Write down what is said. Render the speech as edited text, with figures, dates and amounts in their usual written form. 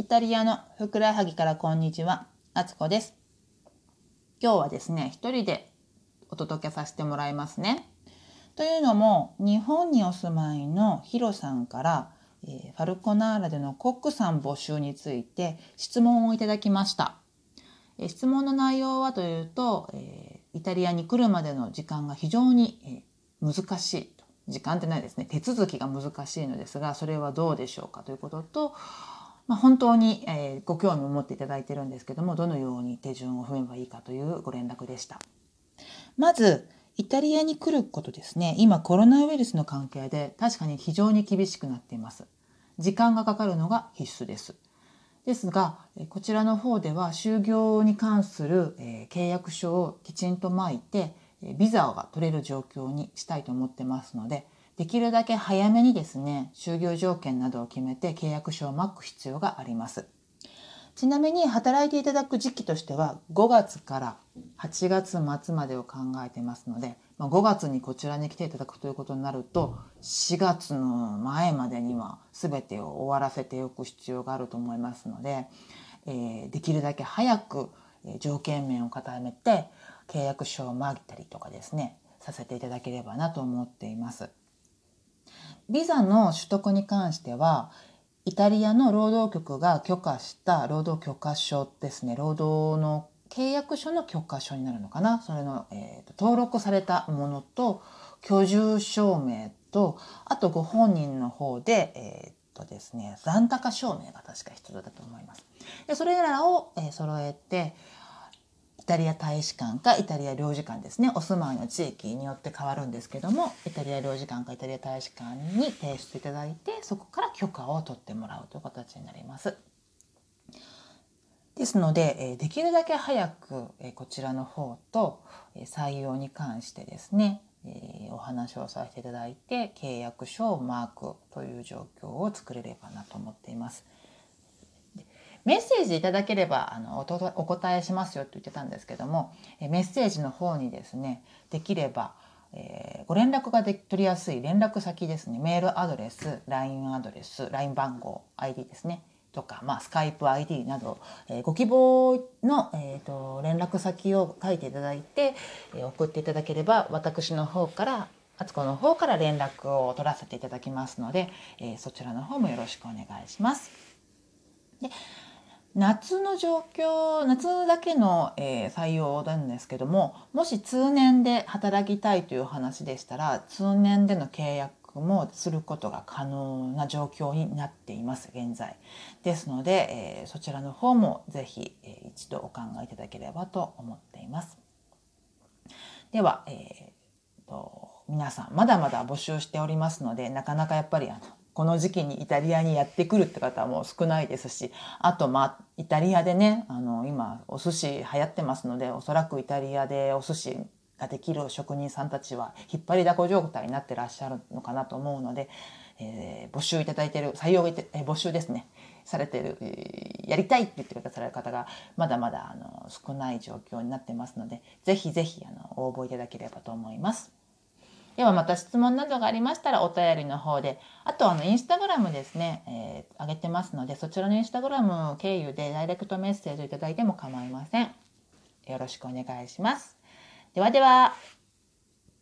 イタリアのふくらはぎからこんにちは、あつこです。今日はですね、一人でお届けさせてもらいますね。というのも、日本にお住まいのヒロさんから、ファルコナーラでのコックさん募集について質問をいただきました。質問の内容はというと、イタリアに来るまでの時間が非常に、難しいと。時間ってないですね。手続きが難しいのですが、それはどうでしょうかということと、本当に、ご興味を持っていただいているんですけども、どのように手順を踏めばいいかというご連絡でした。まず、イタリアに来ることですね。今コロナウイルスの関係で確かに非常に厳しくなっています。時間がかかるのが必須です。ですが、こちらの方では就業に関する契約書をきちんと巻いて、ビザが取れる状況にしたいと思ってますので、できるだけ早めにですね、就業条件などを決めて契約書を巻く必要があります。ちなみに働いていただく時期としては5月から8月末までを考えてますので、5月にこちらに来ていただくということになると4月の前までには全てを終わらせておく必要があると思いますので、できるだけ早く条件面を固めて契約書を巻いたりとかですねさせていただければなと思っています。ビザの取得に関してはイタリアの労働局が許可した労働許可書ですね。労働の契約書の許可書になるのかな。それの、登録されたものと居住証明とあとご本人の方で、ですね、残高証明が確か必要だと思います。でそれらを、揃えてイタリア大使館かイタリア領事館ですね、お住まいの地域によって変わるんですけども、イタリア領事館かイタリア大使館に提出いただいて、そこから許可を取ってもらうという形になります。ですので、できるだけ早くこちらの方と採用に関してですね、お話をさせていただいて契約書をマークという状況を作れればなと思っています。メッセージいただければお答えしますよと言ってたんですけども、メッセージの方にですね、できれば、ご連絡が取りやすい連絡先ですね、メールアドレス、LINE アドレス、LINE 番号、ID ですね、とか、スカイプ ID など、ご希望の、連絡先を書いていただいて、送っていただければ、私の方から、あつこの方から連絡を取らせていただきますので、そちらの方もよろしくお願いします。で夏の状況、夏だけの、採用なんですけども、もし通年で働きたいという話でしたら、通年での契約もすることが可能な状況になっています、現在。ですので、そちらの方もぜひ、一度お考えいただければと思っています。では、皆さんまだまだ募集しておりますので、なかなかやっぱりこの時期にイタリアにやってくるって方はもう少ないですし、あとイタリアでね、今お寿司流行ってますので、おそらくイタリアでお寿司ができる職人さんたちは引っ張りだこ状態になってらっしゃるのかなと思うので、募集いただいている採用募集ですねされている、やりたいって言ってくださる方がまだまだ少ない状況になってますので、ぜひぜひ応募いただければと思います。ではまた質問などがありましたらお便りの方で、あとインスタグラムですね、上げてますので、そちらのインスタグラム経由でダイレクトメッセージをいただいても構いません。よろしくお願いします。ではでは。